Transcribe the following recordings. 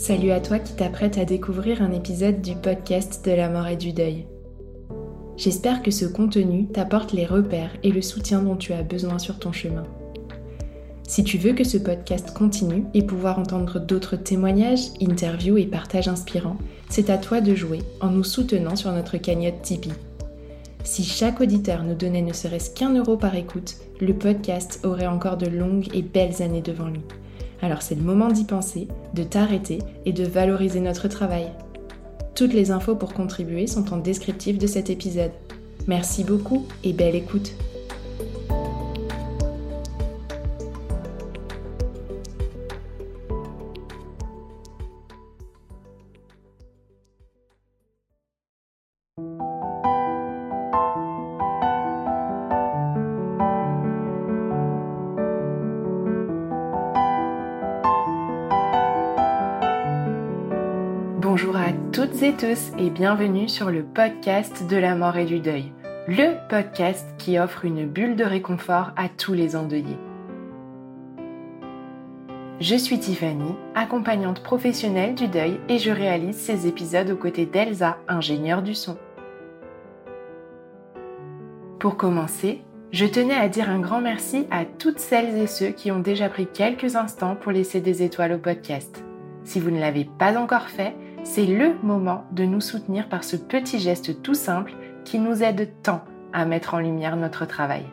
Salut à toi qui t'apprête à découvrir un épisode du podcast de la mort et du deuil. J'espère que ce contenu t'apporte les repères et le soutien dont tu as besoin sur ton chemin. Si tu veux que ce podcast continue et pouvoir entendre d'autres témoignages, interviews et partages inspirants, c'est à toi de jouer en nous soutenant sur notre cagnotte Tipeee. Si chaque auditeur nous donnait ne serait-ce qu'1 € par écoute, le podcast aurait encore de longues et belles années devant lui. Alors c'est le moment d'y penser, de t'arrêter et de valoriser notre travail. Toutes les infos pour contribuer sont en descriptif de cet épisode. Merci beaucoup et belle écoute. Bonjour à toutes et tous et bienvenue sur le podcast de la mort et du deuil, le podcast qui offre une bulle de réconfort à tous les endeuillés. Je suis Tiffany, accompagnante professionnelle du deuil et je réalise ces épisodes aux côtés d'Elsa, ingénieure du son. Pour commencer, je tenais à dire un grand merci à toutes celles et ceux qui ont déjà pris quelques instants pour laisser des étoiles au podcast. Si vous ne l'avez pas encore fait, c'est le moment de nous soutenir par ce petit geste tout simple qui nous aide tant à mettre en lumière notre travail.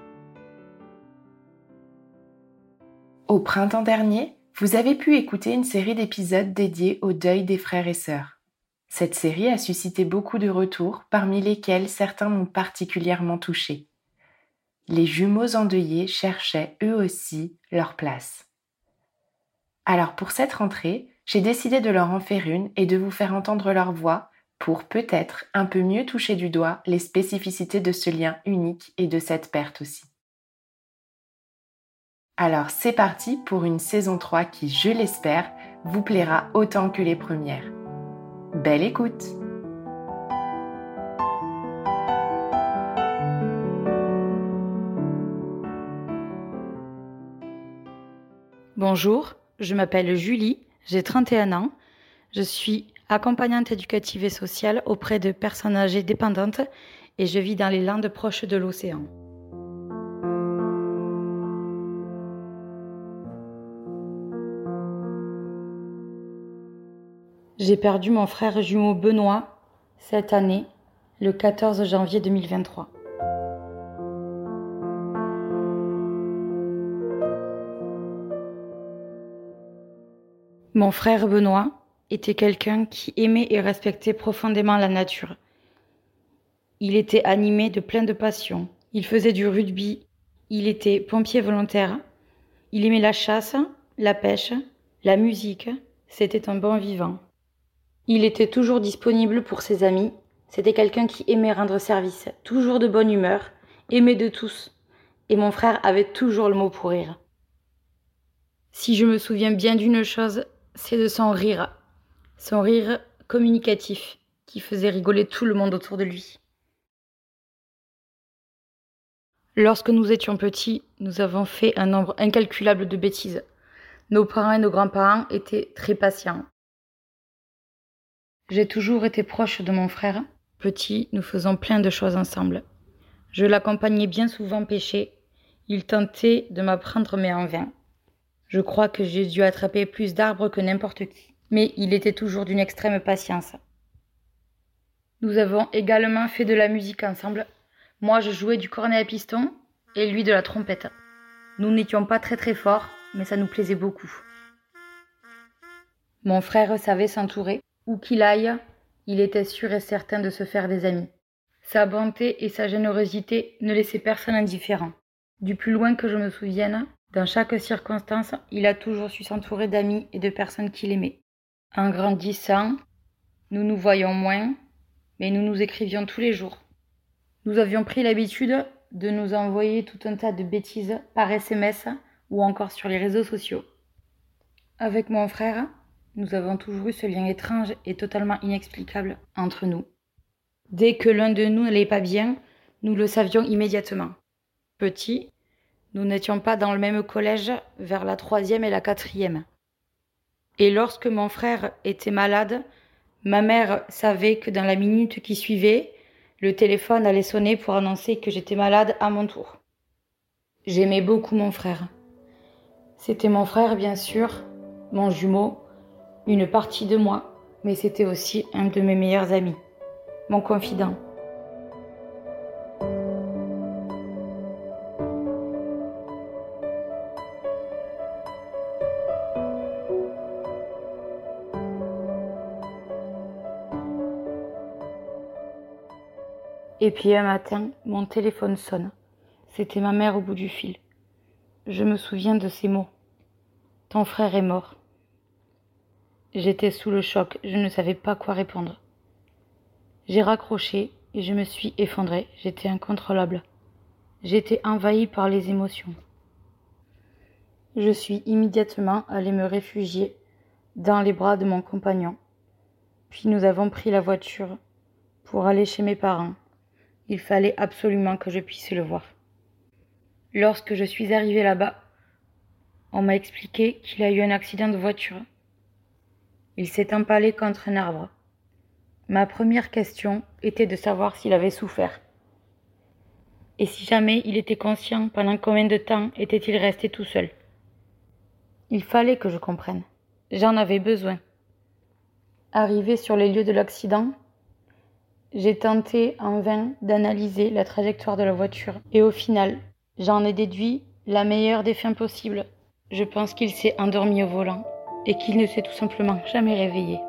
Au printemps dernier, vous avez pu écouter une série d'épisodes dédiés au deuil des frères et sœurs. Cette série a suscité beaucoup de retours, parmi lesquels certains m'ont particulièrement touchée. Les jumeaux endeuillés cherchaient eux aussi leur place. Alors pour cette rentrée, j'ai décidé de leur en faire une et de vous faire entendre leur voix pour peut-être un peu mieux toucher du doigt les spécificités de ce lien unique et de cette perte aussi. Alors c'est parti pour une saison 3 qui, je l'espère, vous plaira autant que les premières. Belle écoute! Bonjour, je m'appelle Julie, j'ai 31 ans. Je suis accompagnante éducative et sociale auprès de personnes âgées dépendantes et je vis dans les Landes proches de l'océan. J'ai perdu mon frère jumeau Benoît cette année, le 14 janvier 2023. Mon frère Benoît était quelqu'un qui aimait et respectait profondément la nature. Il était animé de plein de passions. Il faisait du rugby, il était pompier volontaire, il aimait la chasse, la pêche, la musique, c'était un bon vivant. Il était toujours disponible pour ses amis, c'était quelqu'un qui aimait rendre service, toujours de bonne humeur, aimé de tous, et mon frère avait toujours le mot pour rire. Si je me souviens bien d'une chose, c'est de son rire communicatif, qui faisait rigoler tout le monde autour de lui. Lorsque nous étions petits, nous avons fait un nombre incalculable de bêtises. Nos parents et nos grands-parents étaient très patients. J'ai toujours été proche de mon frère. Petit, nous faisons plein de choses ensemble. Je l'accompagnais bien souvent pêcher. Il tentait de m'apprendre mais en vain. Je crois que j'ai dû attraper plus d'arbres que n'importe qui. Mais il était toujours d'une extrême patience. Nous avons également fait de la musique ensemble. Moi, je jouais du cornet à piston et lui de la trompette. Nous n'étions pas très forts, mais ça nous plaisait beaucoup. Mon frère savait s'entourer. Où qu'il aille, il était sûr et certain de se faire des amis. Sa bonté et sa générosité ne laissaient personne indifférent. Du plus loin que je me souvienne, dans chaque circonstance, il a toujours su s'entourer d'amis et de personnes qu'il aimait. En grandissant, nous nous voyions moins, mais nous nous écrivions tous les jours. Nous avions pris l'habitude de nous envoyer tout un tas de bêtises par SMS ou encore sur les réseaux sociaux. Avec mon frère, nous avons toujours eu ce lien étrange et totalement inexplicable entre nous. Dès que l'un de nous n'allait pas bien, nous le savions immédiatement. Petit, nous n'étions pas dans le même collège vers la 3e et la 4e. Et lorsque mon frère était malade, ma mère savait que dans la minute qui suivait, le téléphone allait sonner pour annoncer que j'étais malade à mon tour. J'aimais beaucoup mon frère. C'était mon frère, bien sûr, mon jumeau, une partie de moi, mais c'était aussi un de mes meilleurs amis, mon confident. Et puis un matin, mon téléphone sonne. C'était ma mère au bout du fil. Je me souviens de ces mots. Ton frère est mort. J'étais sous le choc, je ne savais pas quoi répondre. J'ai raccroché et je me suis effondrée. J'étais incontrôlable. J'étais envahie par les émotions. Je suis immédiatement allée me réfugier dans les bras de mon compagnon. Puis nous avons pris la voiture pour aller chez mes parents. Il fallait absolument que je puisse le voir. Lorsque je suis arrivée là-bas, on m'a expliqué qu'il a eu un accident de voiture. Il s'est empalé contre un arbre. Ma première question était de savoir s'il avait souffert. Et si jamais il était conscient, pendant combien de temps était-il resté tout seul? Il fallait que je comprenne. J'en avais besoin. Arrivé sur les lieux de l'accident, j'ai tenté en vain d'analyser la trajectoire de la voiture. Et au final, j'en ai déduit la meilleure des fins possibles. Je pense qu'il s'est endormi au volant et qu'il ne s'est tout simplement jamais réveillé.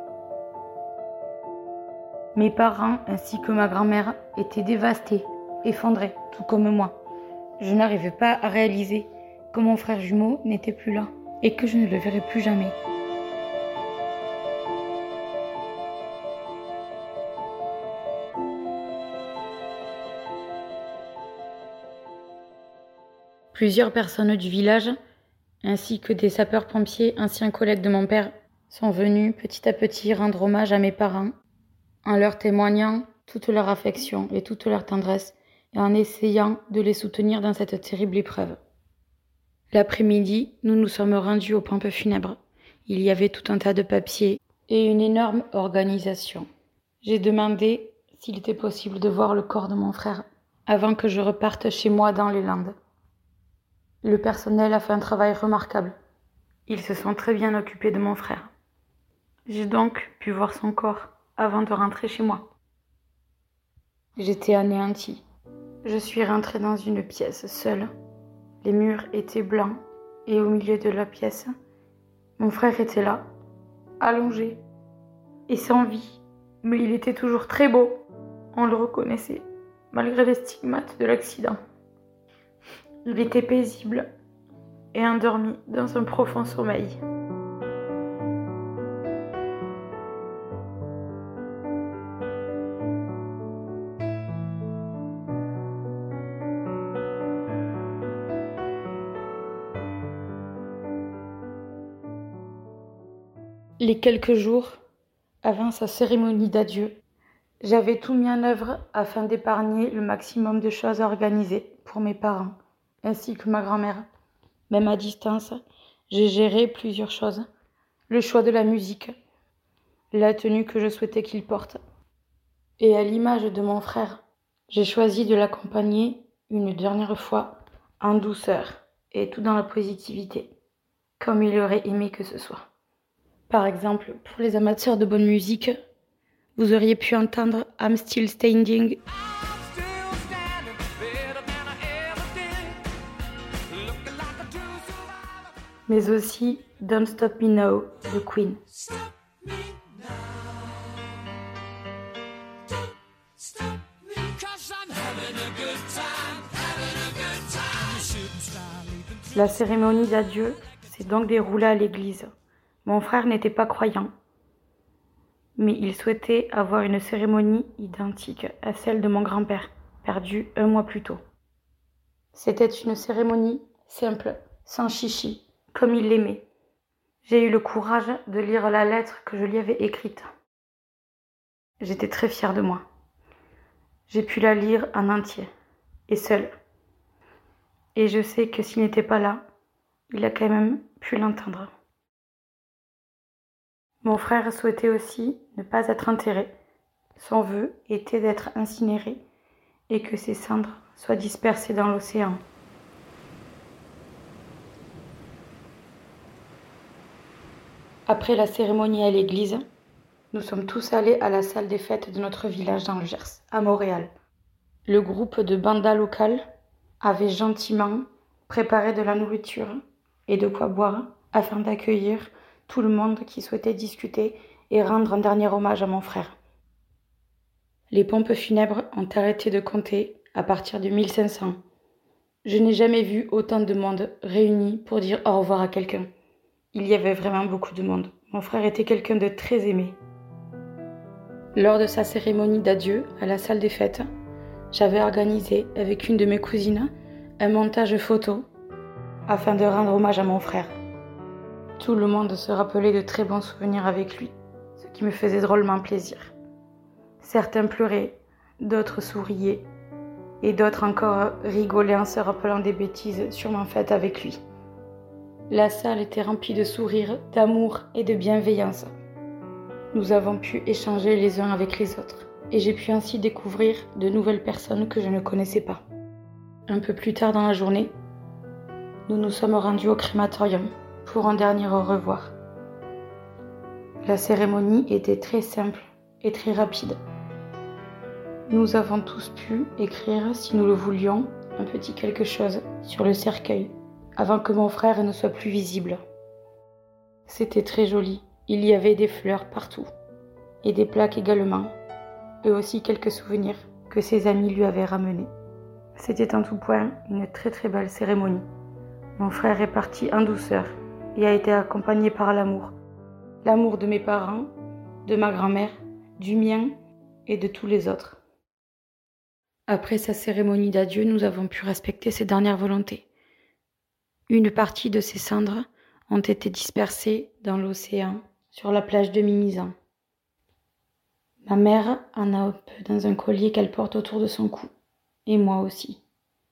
Mes parents ainsi que ma grand-mère étaient dévastés, effondrés, tout comme moi. Je n'arrivais pas à réaliser que mon frère jumeau n'était plus là et que je ne le verrais plus jamais. Plusieurs personnes du village, ainsi que des sapeurs-pompiers, anciens collègues de mon père, sont venus petit à petit rendre hommage à mes parents, en leur témoignant toute leur affection et toute leur tendresse, et en essayant de les soutenir dans cette terrible épreuve. L'après-midi, nous nous sommes rendus aux pompes funèbres. Il y avait tout un tas de papiers et une énorme organisation. J'ai demandé s'il était possible de voir le corps de mon frère avant que je reparte chez moi dans les Landes. Le personnel a fait un travail remarquable. Ils se sont très bien occupés de mon frère. J'ai donc pu voir son corps avant de rentrer chez moi. J'étais anéantie. Je suis rentrée dans une pièce seule. Les murs étaient blancs et au milieu de la pièce, mon frère était là, allongé et sans vie. Mais il était toujours très beau. On le reconnaissait, malgré les stigmates de l'accident. Il était paisible et endormi dans un profond sommeil. Les quelques jours avant sa cérémonie d'adieu, j'avais tout mis en œuvre afin d'épargner le maximum de choses à organiser pour mes parents, ainsi que ma grand-mère. Même à distance, j'ai géré plusieurs choses. Le choix de la musique, la tenue que je souhaitais qu'il porte. Et à l'image de mon frère, j'ai choisi de l'accompagner une dernière fois en douceur et tout dans la positivité, comme il aurait aimé que ce soit. Par exemple, pour les amateurs de bonne musique, vous auriez pu entendre I'm Still Standing, mais aussi Don't Stop Me Now de Queen. La cérémonie d'adieu s'est donc déroulée à l'église. Mon frère n'était pas croyant, mais il souhaitait avoir une cérémonie identique à celle de mon grand-père, perdu 1 mois plus tôt. C'était une cérémonie simple, sans chichi, comme il l'aimait. J'ai eu le courage de lire la lettre que je lui avais écrite. J'étais très fière de moi. J'ai pu la lire en entier, et seule. Et je sais que s'il n'était pas là, il a quand même pu l'entendre. Mon frère souhaitait aussi ne pas être enterré. Son vœu était d'être incinéré et que ses cendres soient dispersées dans l'océan. Après la cérémonie à l'église, nous sommes tous allés à la salle des fêtes de notre village dans le Gers, à Montréal. Le groupe de banda local avait gentiment préparé de la nourriture et de quoi boire afin d'accueillir tout le monde qui souhaitait discuter et rendre un dernier hommage à mon frère. Les pompes funèbres ont arrêté de compter à partir de 1500. Je n'ai jamais vu autant de monde réuni pour dire au revoir à quelqu'un. Il y avait vraiment beaucoup de monde. Mon frère était quelqu'un de très aimé. Lors de sa cérémonie d'adieu à la salle des fêtes, j'avais organisé avec une de mes cousines un montage photo afin de rendre hommage à mon frère. Tout le monde se rappelait de très bons souvenirs avec lui, ce qui me faisait drôlement plaisir. Certains pleuraient, d'autres souriaient, et d'autres encore rigolaient en se rappelant des bêtises sûrement faites avec lui. La salle était remplie de sourires, d'amour et de bienveillance. Nous avons pu échanger les uns avec les autres, et j'ai pu ainsi découvrir de nouvelles personnes que je ne connaissais pas. Un peu plus tard dans la journée, nous nous sommes rendus au crématorium pour un dernier au revoir. La cérémonie était très simple et très rapide. Nous avons tous pu écrire, si nous le voulions, un petit quelque chose sur le cercueil, avant que mon frère ne soit plus visible. C'était très joli, il y avait des fleurs partout, et des plaques également, et aussi quelques souvenirs que ses amis lui avaient ramenés. C'était en tout point une très très belle cérémonie. Mon frère est parti en douceur et a été accompagné par l'amour. L'amour de mes parents, de ma grand-mère, du mien et de tous les autres. Après sa cérémonie d'adieu, nous avons pu respecter ses dernières volontés. Une partie de ses cendres ont été dispersées dans l'océan sur la plage de Mimizan. Ma mère en a un peu dans un collier qu'elle porte autour de son cou, et moi aussi.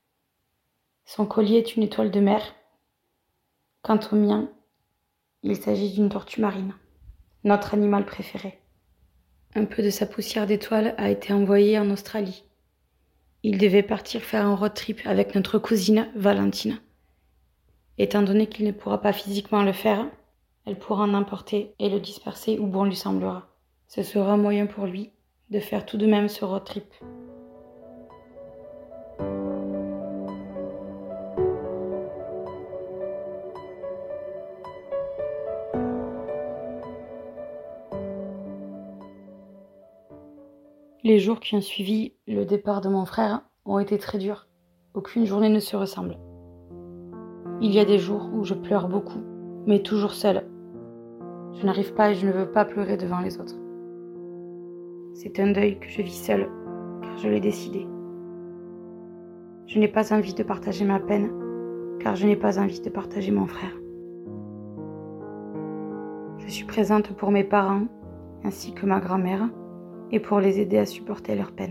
Son collier est une étoile de mer. Quant au mien, il s'agit d'une tortue marine, notre animal préféré. Un peu de sa poussière d'étoile a été envoyé en Australie. Il devait partir faire un road trip avec notre cousine Valentine. Étant donné qu'il ne pourra pas physiquement le faire, elle pourra en emporter et le disperser où bon lui semblera. Ce sera un moyen pour lui de faire tout de même ce road trip. Les jours qui ont suivi le départ de mon frère ont été très durs. Aucune journée ne se ressemble. Il y a des jours où je pleure beaucoup, mais toujours seule. Je n'arrive pas et je ne veux pas pleurer devant les autres. C'est un deuil que je vis seule, car je l'ai décidé. Je n'ai pas envie de partager ma peine, car je n'ai pas envie de partager mon frère. Je suis présente pour mes parents, ainsi que ma grand-mère, et pour les aider à supporter leur peine.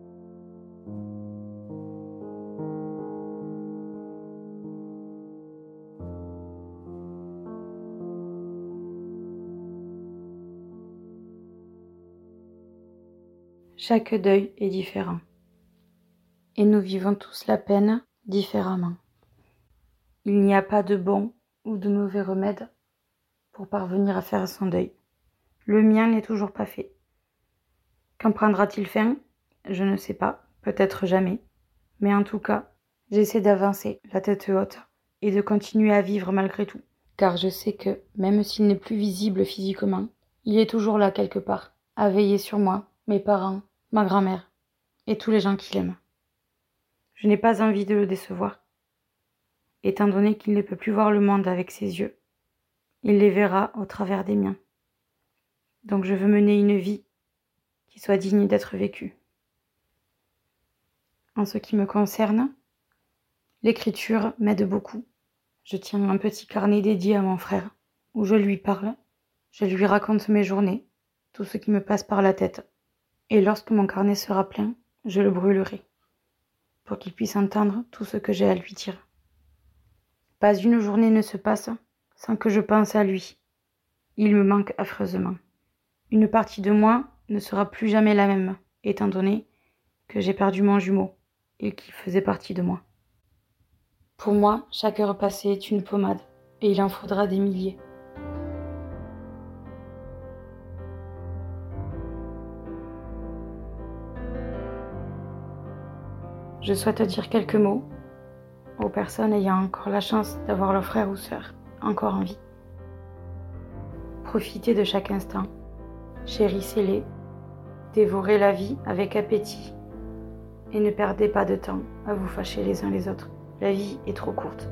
Chaque deuil est différent, et nous vivons tous la peine différemment. Il n'y a pas de bon ou de mauvais remède pour parvenir à faire son deuil. Le mien n'est toujours pas fait. Quand prendra-t-il fin ? Je ne sais pas, peut-être jamais. Mais en tout cas, j'essaie d'avancer la tête haute et de continuer à vivre malgré tout. Car je sais que, même s'il n'est plus visible physiquement, il est toujours là quelque part, à veiller sur moi, mes parents, ma grand-mère et tous les gens qui l'aiment. Je n'ai pas envie de le décevoir, étant donné qu'il ne peut plus voir le monde avec ses yeux. Il les verra au travers des miens. Donc je veux mener une vie qui soit digne d'être vécue. En ce qui me concerne, l'écriture m'aide beaucoup. Je tiens un petit carnet dédié à mon frère, où je lui parle, je lui raconte mes journées, tout ce qui me passe par la tête. Et lorsque mon carnet sera plein, je le brûlerai, pour qu'il puisse entendre tout ce que j'ai à lui dire. Pas une journée ne se passe sans que je pense à lui. Il me manque affreusement. Une partie de moi ne sera plus jamais la même, étant donné que j'ai perdu mon jumeau et qu'il faisait partie de moi. Pour moi, chaque heure passée est une pommade, et il en faudra des milliers. Je souhaite dire quelques mots aux personnes ayant encore la chance d'avoir leur frère ou sœur encore en vie. Profitez de chaque instant, chérissez-les, dévorez la vie avec appétit et ne perdez pas de temps à vous fâcher les uns les autres. La vie est trop courte.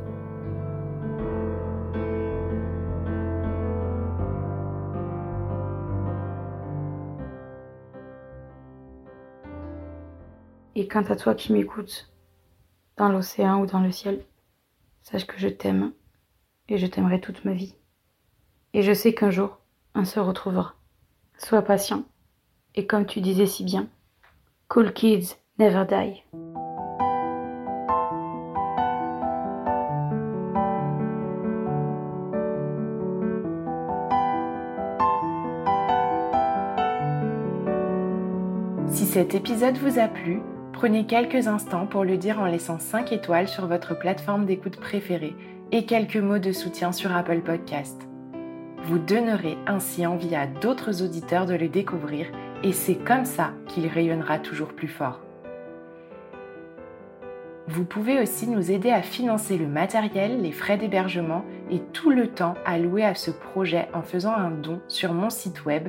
Et quant à toi qui m'écoutes, dans l'océan ou dans le ciel, sache que je t'aime et je t'aimerai toute ma vie. Et je sais qu'un jour, on se retrouvera. Sois patient et comme tu disais si bien, cool kids never die. Si cet épisode vous a plu, prenez quelques instants pour le dire en laissant 5 étoiles sur votre plateforme d'écoute préférée et quelques mots de soutien sur Apple Podcast. Vous donnerez ainsi envie à d'autres auditeurs de le découvrir et c'est comme ça qu'il rayonnera toujours plus fort. Vous pouvez aussi nous aider à financer le matériel, les frais d'hébergement et tout le temps alloué à ce projet en faisant un don sur mon site web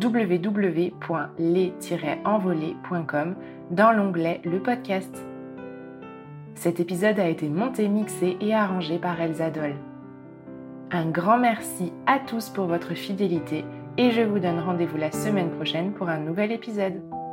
www.les-envolés.com dans l'onglet Le podcast. Cet épisode a été monté, mixé et arrangé par Elsa Doll. Un grand merci à tous pour votre fidélité et je vous donne rendez-vous la semaine prochaine pour un nouvel épisode.